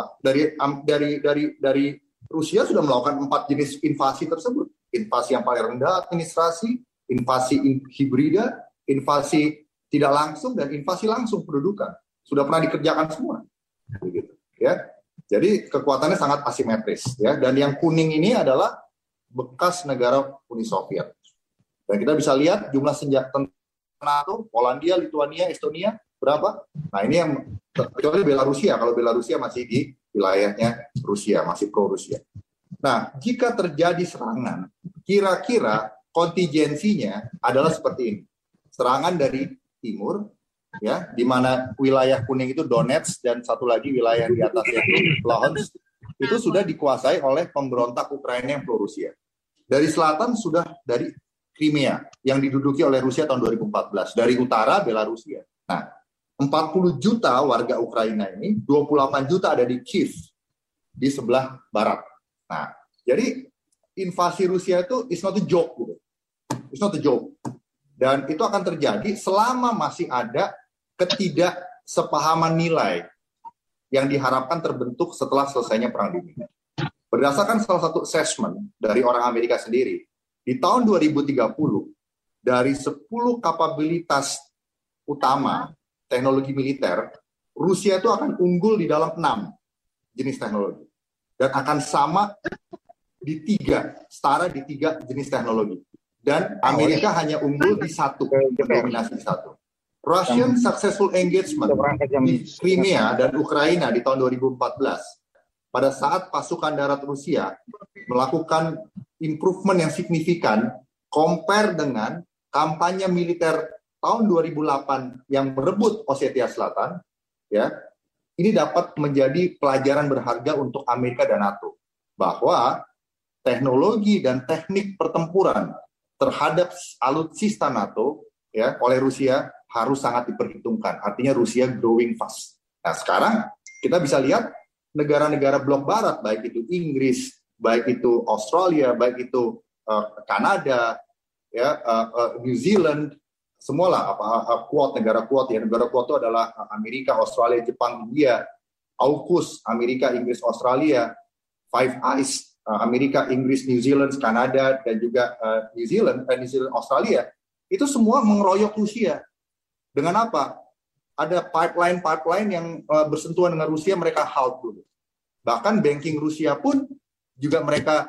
P: dari Rusia sudah melakukan 4 jenis invasi tersebut. Invasi yang paling rendah administrasi, invasi hibrida, invasi tidak langsung, dan invasi langsung pendudukan. Sudah pernah dikerjakan semua. Begitu, ya. Jadi kekuatannya sangat asimetris, ya. Dan yang kuning ini adalah bekas negara Uni Soviet. Dan kita bisa lihat jumlah senjata NATO, Polandia, Lituania, Estonia, berapa? Nah, ini yang kecuali Belarusia. Kalau Belarusia masih di wilayahnya Rusia, masih pro-Rusia. Nah, jika terjadi serangan, kira-kira kontingensinya adalah seperti ini. Serangan dari timur, ya, di mana wilayah kuning itu Donetsk dan satu lagi wilayah di atasnya itu Luhansk, itu sudah dikuasai oleh pemberontak Ukraina yang pro-Rusia. Dari selatan sudah dari Crimea yang diduduki oleh Rusia tahun 2014. Dari utara Belarusia. Nah, 40 juta warga Ukraina ini, 28 juta ada di Kiev, di sebelah barat. Nah, jadi invasi Rusia itu is not a joke, gitu. It's not a joke. Dan itu akan terjadi selama masih ada ketidaksepahaman nilai yang diharapkan terbentuk setelah selesainya Perang Dunia. Berdasarkan salah satu assessment dari orang Amerika sendiri, di tahun 2030, dari 10 kapabilitas utama teknologi militer, Rusia itu akan unggul di dalam 6 jenis teknologi. Dan akan sama di 3, setara di 3 jenis teknologi. Dan Amerika hanya unggul di 1, dominasi 1. Russian successful engagement di Crimea dan Ukraina di tahun 2014, pada saat pasukan darat Rusia melakukan improvement yang signifikan compare dengan kampanye militer tahun 2008 yang merebut Ossetia Selatan, ya, ini dapat menjadi pelajaran berharga untuk Amerika dan NATO bahwa teknologi dan teknik pertempuran terhadap alutsista NATO, ya, oleh Rusia harus sangat diperhitungkan. Artinya Rusia growing fast. Nah, sekarang kita bisa lihat negara-negara blok barat, baik itu Inggris, baik itu Australia, baik itu Kanada, ya, New Zealand, semualah Quad, negara Quad ya. Negara Quad itu adalah Amerika, Australia, Jepang, India, AUKUS, Amerika, Inggris, Australia, Five Eyes, Amerika, Inggris, New Zealand, Kanada, dan juga New Zealand, Australia, itu semua mengeroyok Rusia. Dengan apa? Ada pipeline yang bersentuhan dengan Rusia, mereka halt dulu. Bahkan banking Rusia pun juga mereka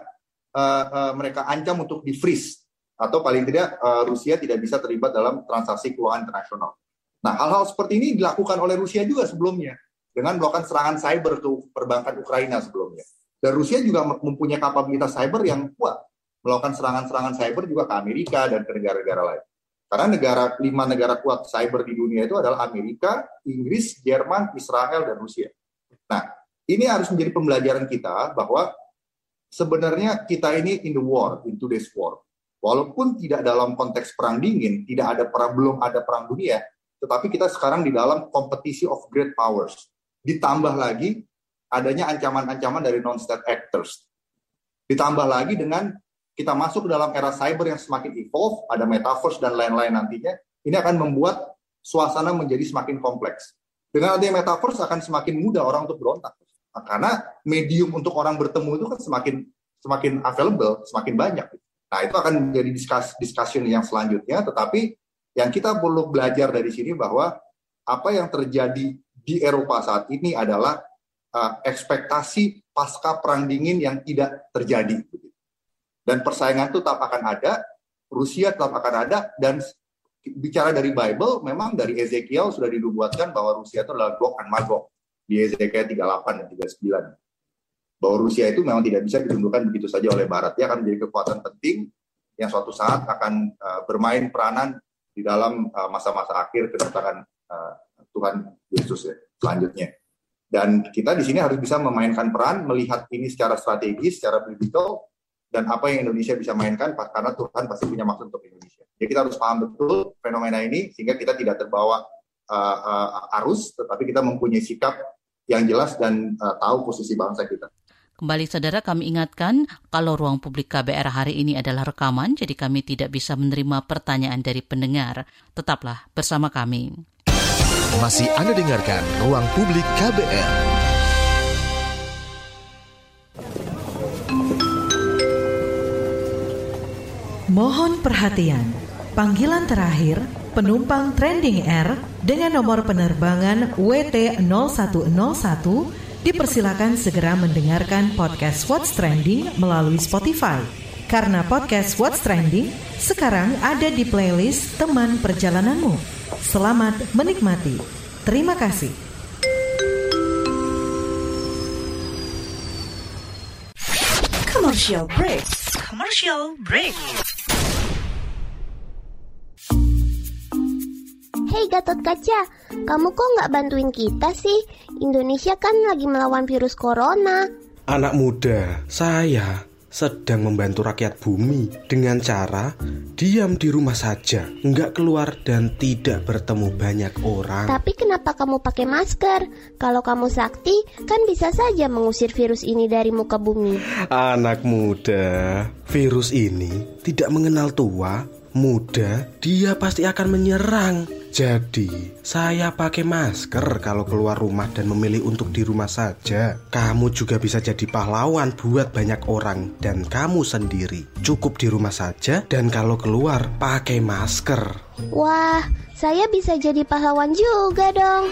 P: ancam untuk di-freeze, atau paling tidak Rusia tidak bisa terlibat dalam transaksi keuangan internasional. Nah, hal-hal seperti ini dilakukan oleh Rusia juga sebelumnya, dengan melakukan serangan cyber ke perbankan Ukraina sebelumnya. Dan Rusia juga mempunyai kapabilitas cyber yang kuat, melakukan serangan-serangan cyber juga ke Amerika dan ke negara-negara lain. Karena 5 negara kuat cyber di dunia itu adalah Amerika, Inggris, Jerman, Israel, dan Rusia. Nah, ini harus menjadi pembelajaran kita bahwa sebenarnya kita ini in today's war. Walaupun tidak dalam konteks perang dingin, belum ada perang dunia, tetapi kita sekarang di dalam kompetisi of great powers. Ditambah lagi adanya ancaman-ancaman dari non-state actors. Ditambah lagi dengan kita masuk ke dalam era cyber yang semakin evolve, ada metaverse dan lain-lain nantinya, ini akan membuat suasana menjadi semakin kompleks. Dengan adanya metaverse akan semakin mudah orang untuk berontak. Nah, karena medium untuk orang bertemu itu kan semakin available, semakin banyak. Nah, itu akan menjadi discussion yang selanjutnya, tetapi yang kita perlu belajar dari sini bahwa apa yang terjadi di Eropa saat ini adalah ekspektasi pasca perang dingin yang tidak terjadi. Dan persaingan itu tetap akan ada, Rusia tetap akan ada, dan bicara dari Bible, memang dari Ezekiel sudah dinubuatkan bahwa Rusia itu adalah Gog and Magog di Ezekiel 38 dan 39. Bahwa Rusia itu memang tidak bisa ditundukkan begitu saja oleh Barat. Dia akan menjadi kekuatan penting yang suatu saat akan bermain peranan di dalam masa-masa akhir kedatangan Tuhan Yesus ya, selanjutnya. Dan kita di sini harus bisa memainkan peran, melihat ini secara strategis, secara biblical, dan apa yang Indonesia bisa mainkan, karena Tuhan pasti punya maksud untuk Indonesia. Jadi kita harus paham betul fenomena ini, sehingga kita tidak terbawa arus, tetapi kita mempunyai sikap yang jelas dan tahu posisi bangsa kita.
C: Kembali saudara, kami ingatkan kalau ruang publik KBR hari ini adalah rekaman, jadi kami tidak bisa menerima pertanyaan dari pendengar. Tetaplah bersama kami.
B: Masih Anda dengarkan Ruang Publik KBR.
Q: Mohon perhatian, panggilan terakhir penumpang Trending Air dengan nomor penerbangan WT0101 dipersilakan segera mendengarkan podcast What's Trending melalui Spotify. Karena podcast What's Trending sekarang ada di playlist teman perjalananmu. Selamat menikmati. Terima kasih.
R: Commercial break. Commercial break.
S: Hei Gatot Kaca, kamu kok nggak bantuin kita sih? Indonesia kan lagi melawan virus corona.
T: Anak muda, saya sedang membantu rakyat bumi dengan cara diam di rumah saja, nggak keluar dan tidak bertemu banyak orang.
S: Tapi kenapa kamu pakai masker? Kalau kamu sakti, kan bisa saja mengusir virus ini dari muka bumi.
T: Anak muda, virus ini tidak mengenal tua, muda, dia pasti akan menyerang. Jadi, saya pakai masker kalau keluar rumah dan memilih untuk di rumah saja. Kamu juga bisa jadi pahlawan buat banyak orang dan kamu sendiri. Cukup di rumah saja dan kalau keluar pakai masker.
S: Wah, saya bisa jadi pahlawan juga dong.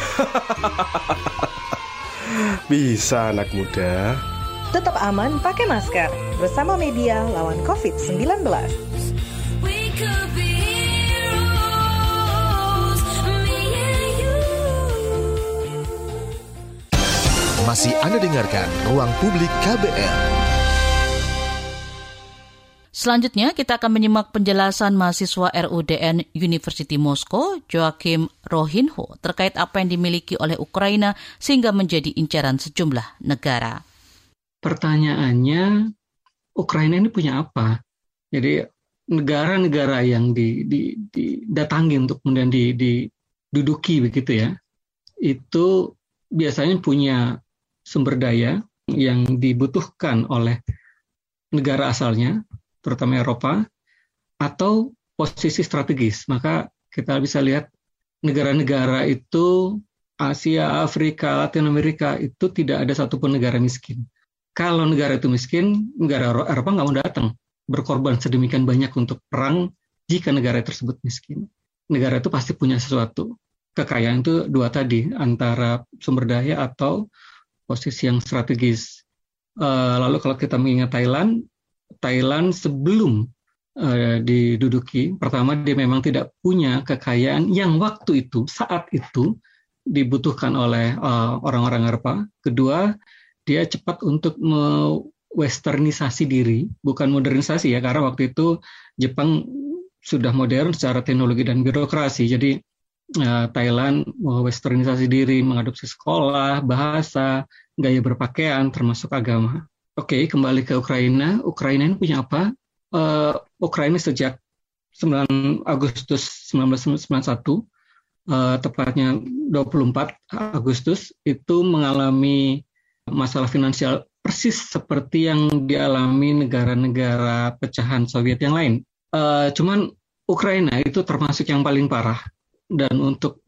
T: Bisa anak muda.
Q: Tetap aman pakai masker. Bersama media lawan COVID-19.
B: Masih Anda dengarkan Ruang Publik KBR.
C: Selanjutnya kita akan menyimak penjelasan mahasiswa RUDN University Moskow, Joachim Rohinho, terkait apa yang dimiliki oleh Ukraina sehingga menjadi incaran sejumlah negara.
U: Pertanyaannya, Ukraina ini punya apa? Jadi negara-negara yang didatangi untuk kemudian diduduki begitu ya, itu biasanya punya sumber daya yang dibutuhkan oleh negara asalnya, terutama Eropa, atau posisi strategis. Maka kita bisa lihat negara-negara itu, Asia, Afrika, Latin Amerika, itu tidak ada satupun negara miskin. Kalau negara itu miskin, negara Eropa nggak mau datang berkorban sedemikian banyak untuk perang jika negara tersebut miskin. Negara itu pasti punya sesuatu. Kekayaan itu dua tadi, antara sumber daya atau posisi yang strategis. Lalu kalau kita mengingat Thailand sebelum diduduki, pertama dia memang tidak punya kekayaan yang waktu itu, saat itu dibutuhkan oleh orang-orang Eropa. Kedua, dia cepat untuk westernisasi diri, bukan modernisasi ya, karena waktu itu Jepang sudah modern secara teknologi dan birokrasi. Jadi Thailand westernisasi diri, mengadopsi sekolah, bahasa, gaya berpakaian, termasuk agama. Oke, kembali ke Ukraina. Ukraina ini punya apa? Ukraina sejak 9 Agustus 1991, tepatnya 24 Agustus, itu mengalami masalah finansial persis seperti yang dialami negara-negara pecahan Soviet yang lain. Cuman Ukraina itu termasuk yang paling parah. Dan untuk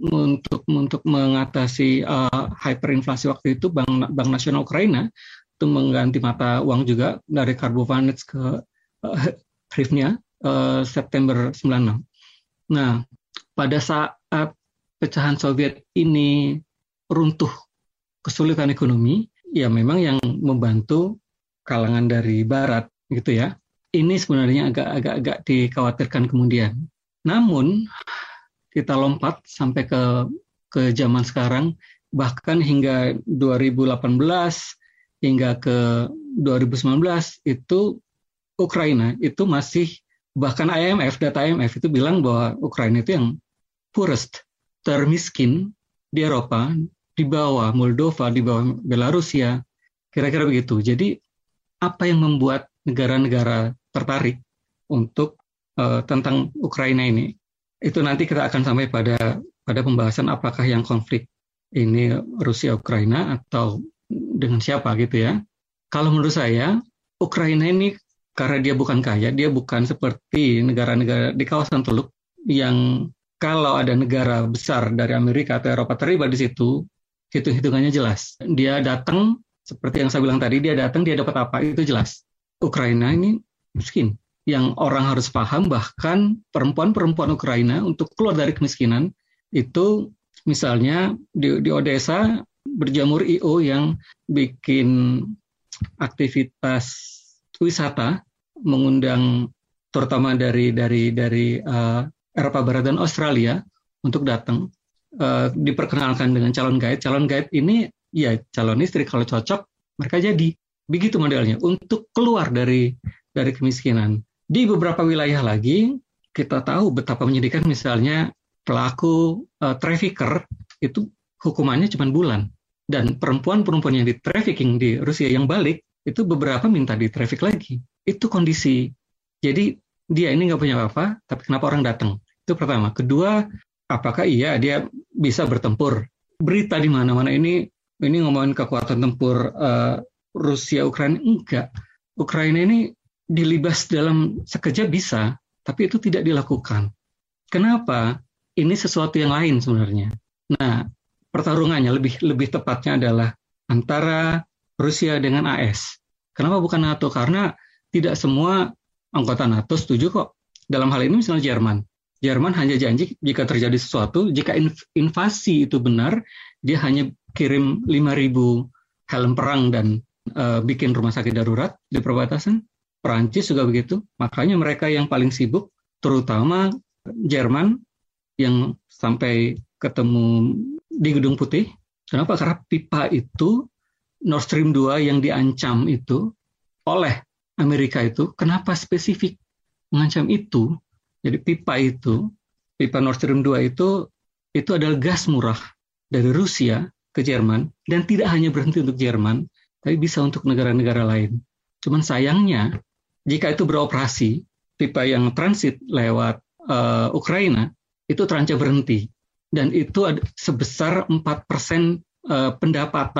U: mengatasi hyperinflasi waktu itu, Bank Nasional Ukraina itu mengganti mata uang juga dari karbovanets ke hryvnia September 96. Nah, pada saat pecahan Soviet ini runtuh, kesulitan ekonomi, ya memang yang membantu kalangan dari Barat, gitu ya. Ini sebenarnya agak dikhawatirkan kemudian. Namun kita lompat sampai ke zaman sekarang, bahkan hingga 2018 hingga ke 2019 itu Ukraina itu masih, bahkan data IMF itu bilang bahwa Ukraina itu yang poorest, termiskin di Eropa, di bawah Moldova, di bawah Belarusia, kira-kira begitu. Jadi apa yang membuat negara-negara tertarik untuk tentang Ukraina ini? Itu nanti kita akan sampai pada pembahasan apakah yang konflik ini Rusia Ukraina atau dengan siapa gitu ya. Kalau menurut saya Ukraina ini karena dia bukan kaya, dia bukan seperti negara-negara di kawasan Teluk yang kalau ada negara besar dari Amerika atau Eropa terlibat di situ, hitung-hitungannya jelas. Dia datang seperti yang saya bilang tadi, dia datang dia dapat apa itu jelas. Ukraina ini miskin. Yang orang harus paham, bahkan perempuan-perempuan Ukraina untuk keluar dari kemiskinan itu misalnya di Odessa berjamur I.O. yang bikin aktivitas wisata, mengundang terutama dari Eropa Barat dan Australia untuk datang, diperkenalkan dengan calon guide. Calon guide ini ya calon istri, kalau cocok mereka jadi. Begitu modelnya untuk keluar dari kemiskinan. Di beberapa wilayah lagi, kita tahu betapa menyedihkan, misalnya pelaku trafficker itu hukumannya cuma bulan. Dan perempuan-perempuan yang di trafficking di Rusia yang balik, itu beberapa minta di traffic lagi. Itu kondisi. Jadi dia ini nggak punya apa-apa, tapi kenapa orang datang? Itu pertama. Kedua, apakah iya dia bisa bertempur? Berita di mana-mana ini ngomongin kekuatan tempur Rusia, Ukraina. Enggak. Ukraina ini dilibas dalam sekejap bisa, tapi itu tidak dilakukan. Kenapa? Ini sesuatu yang lain sebenarnya. Nah, pertarungannya lebih tepatnya adalah antara Rusia dengan AS. Kenapa bukan NATO? Karena tidak semua anggota NATO setuju kok. Dalam hal ini misalnya Jerman. Jerman hanya janji jika terjadi sesuatu, jika invasi itu benar, dia hanya kirim 5.000 helm perang dan bikin rumah sakit darurat di perbatasan. Perancis juga begitu. Makanya mereka yang paling sibuk, terutama Jerman, yang sampai ketemu di Gedung Putih. Kenapa? Karena pipa itu, Nord Stream 2 yang diancam itu oleh Amerika itu, kenapa spesifik mengancam itu? Jadi pipa Nord Stream 2 itu adalah gas murah dari Rusia ke Jerman, dan tidak hanya berhenti untuk Jerman, tapi bisa untuk negara-negara lain. Cuman sayangnya, jika itu beroperasi, pipa yang transit lewat Ukraina, itu terancam berhenti. Dan itu sebesar 4% pendapatan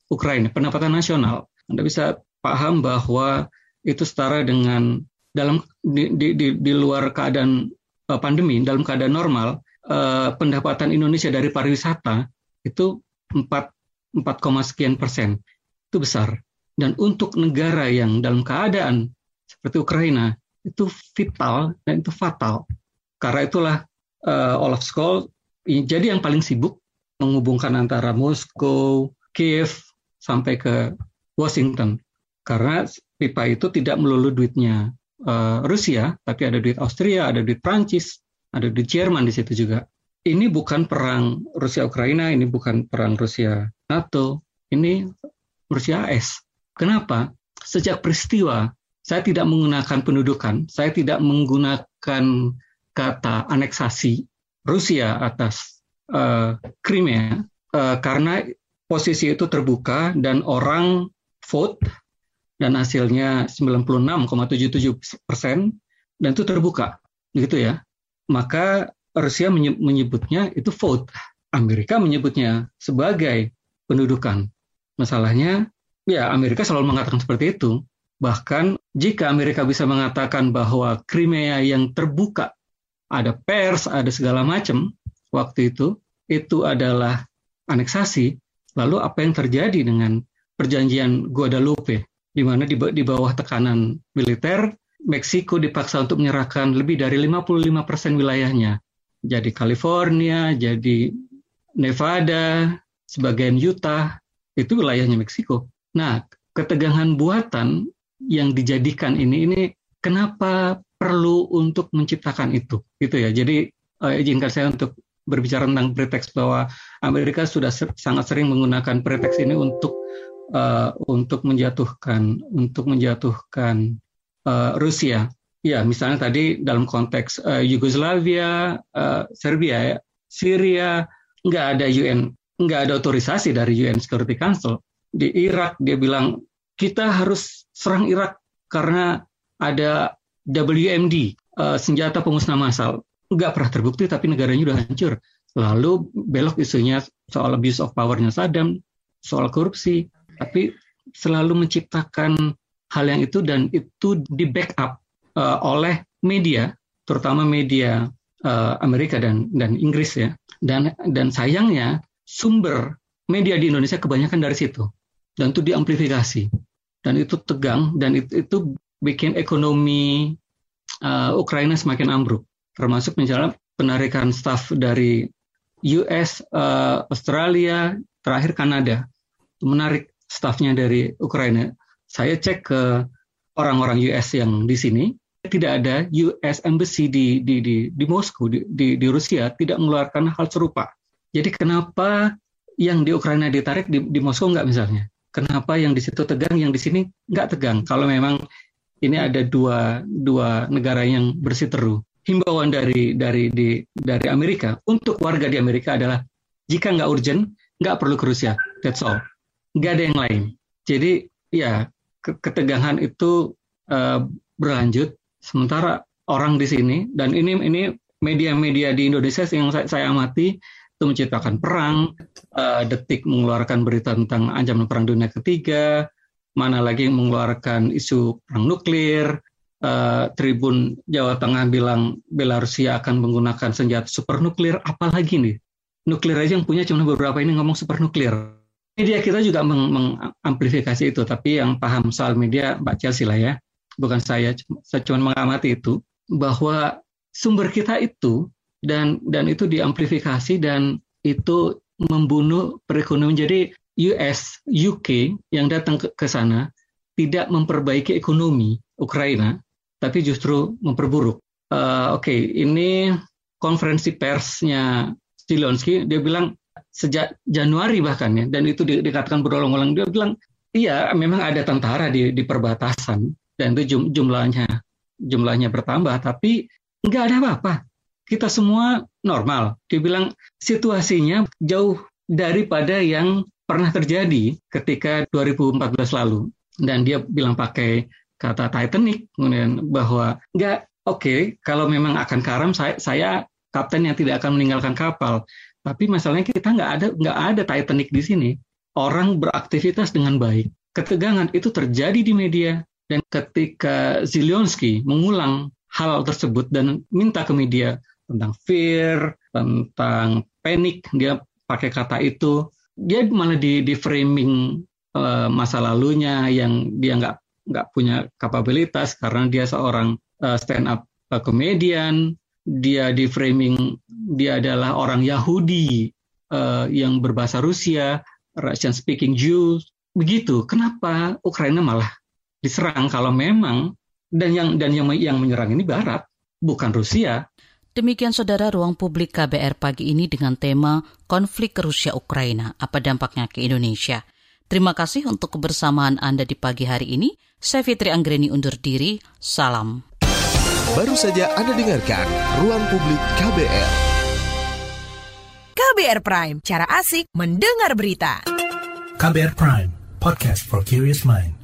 U: Ukraina, pendapatan nasional. Anda bisa paham bahwa itu setara dengan di luar keadaan pandemi, dalam keadaan normal, pendapatan Indonesia dari pariwisata itu 4 sekian persen. Itu besar. Dan untuk negara yang dalam keadaan seperti Ukraina, itu vital dan itu fatal. Karena itulah Olaf Scholz jadi yang paling sibuk menghubungkan antara Moskow, Kiev, sampai ke Washington. Karena pipa itu tidak melulu duitnya Rusia, tapi ada duit Austria, ada duit Prancis, ada duit Jerman di situ juga. Ini bukan perang Rusia-Ukraina, ini bukan perang Rusia-NATO, ini Rusia-AS. Kenapa? Sejak peristiwa, saya tidak menggunakan pendudukan, saya tidak menggunakan kata aneksasi Rusia atas Crimea, karena posisi itu terbuka dan orang vote, dan hasilnya 96,77% dan itu terbuka, gitu ya. Maka Rusia menyebutnya itu vote, Amerika menyebutnya sebagai pendudukan. Masalahnya, ya Amerika selalu mengatakan seperti itu. Bahkan jika Amerika bisa mengatakan bahwa Crimea yang terbuka, ada pers, ada segala macam waktu itu adalah aneksasi, lalu apa yang terjadi dengan perjanjian Guadalupe, di mana di bawah tekanan militer, Meksiko dipaksa untuk menyerahkan lebih dari 55% wilayahnya. Jadi California, jadi Nevada, sebagian Utah, itu wilayahnya Meksiko. Nah, ketegangan buatan yang dijadikan ini kenapa perlu untuk menciptakan itu? Gitu ya. Jadi izinkan saya untuk berbicara tentang preteks bahwa Amerika sudah sangat sering menggunakan preteks ini untuk menjatuhkan Rusia. Ya, misalnya tadi dalam konteks Yugoslavia, Serbia, ya, Syria, nggak ada otorisasi dari UN Security Council. Di Irak dia bilang kita harus serang Irak karena ada WMD, senjata pemusnah massal. Nggak pernah terbukti, tapi negaranya udah hancur. Lalu belok isunya soal abuse of power-nya Saddam, soal korupsi. Tapi selalu menciptakan hal yang itu, dan itu di backup oleh media, terutama media Amerika dan Inggris ya. Dan sayangnya sumber media di Indonesia kebanyakan dari situ, dan itu diamplifikasi, dan itu tegang, dan itu bikin ekonomi Ukraina semakin ambruk, termasuk misalnya penarikan staf dari US, Australia, terakhir Kanada, menarik stafnya dari Ukraina. Saya cek ke orang-orang US yang di sini, tidak ada US Embassy di Moskow, di Rusia, tidak mengeluarkan hal serupa. Jadi kenapa yang di Ukraina ditarik, di Moskow nggak misalnya? Kenapa yang di situ tegang, yang di sini nggak tegang? Kalau memang ini ada dua negara yang bersiteru. Himbauan dari Amerika untuk warga di Amerika adalah jika nggak urgent, nggak perlu ke Rusia. That's all. Nggak ada yang lain. Jadi ya ketegangan itu berlanjut. Sementara orang di sini, dan ini media-media di Indonesia yang saya amati, itu menciptakan perang. Detik mengeluarkan berita tentang ancaman perang dunia ketiga, mana lagi mengeluarkan isu perang nuklir. Tribun Jawa Tengah bilang Belarusia akan menggunakan senjata super nuklir. Apalagi nih, nuklir aja yang punya cuma beberapa, ini ngomong super nuklir. Media kita juga mengamplifikasi itu, tapi yang paham soal media Mbak Chelsea lah ya, bukan saya cuma mengamati itu, bahwa sumber kita itu dan itu diamplifikasi, dan itu membunuh perekonomian. Jadi US, UK yang datang ke sana tidak memperbaiki ekonomi Ukraina, tapi justru memperburuk. Ini konferensi persnya Zelensky, dia bilang sejak Januari bahkan ya, dan itu dikatakan berulang-ulang, dia bilang iya memang ada tentara di perbatasan, dan itu jumlahnya bertambah, tapi nggak ada apa-apa, kita semua normal. Dia bilang situasinya jauh daripada yang pernah terjadi ketika 2014 lalu, dan dia bilang pakai kata Titanic, kemudian bahwa kalau memang akan karam, saya kapten yang tidak akan meninggalkan kapal. Tapi masalahnya kita nggak ada Titanic di sini. orang beraktivitas dengan baik. Ketegangan itu terjadi di media, dan ketika Zelensky mengulang hal tersebut dan minta ke media tentang fear, tentang panic, dia pakai kata itu, dia malah di framing masa lalunya yang dia nggak punya kapabilitas karena dia seorang stand up comedian. Dia di framing dia adalah orang Yahudi yang berbahasa Rusia, Russian speaking Jews. Begitu. Kenapa Ukraina malah diserang kalau memang dan yang menyerang ini Barat, bukan Rusia.
C: Demikian saudara Ruang Publik KBR pagi ini dengan tema konflik Rusia Ukraina, apa dampaknya ke Indonesia. Terima kasih untuk kebersamaan Anda di pagi hari ini. Saya Fitri Anggreni undur diri. Salam.
B: Baru saja Anda dengarkan Ruang Publik KBR.
R: KBR Prime, cara asik mendengar berita.
A: KBR Prime, podcast for curious mind.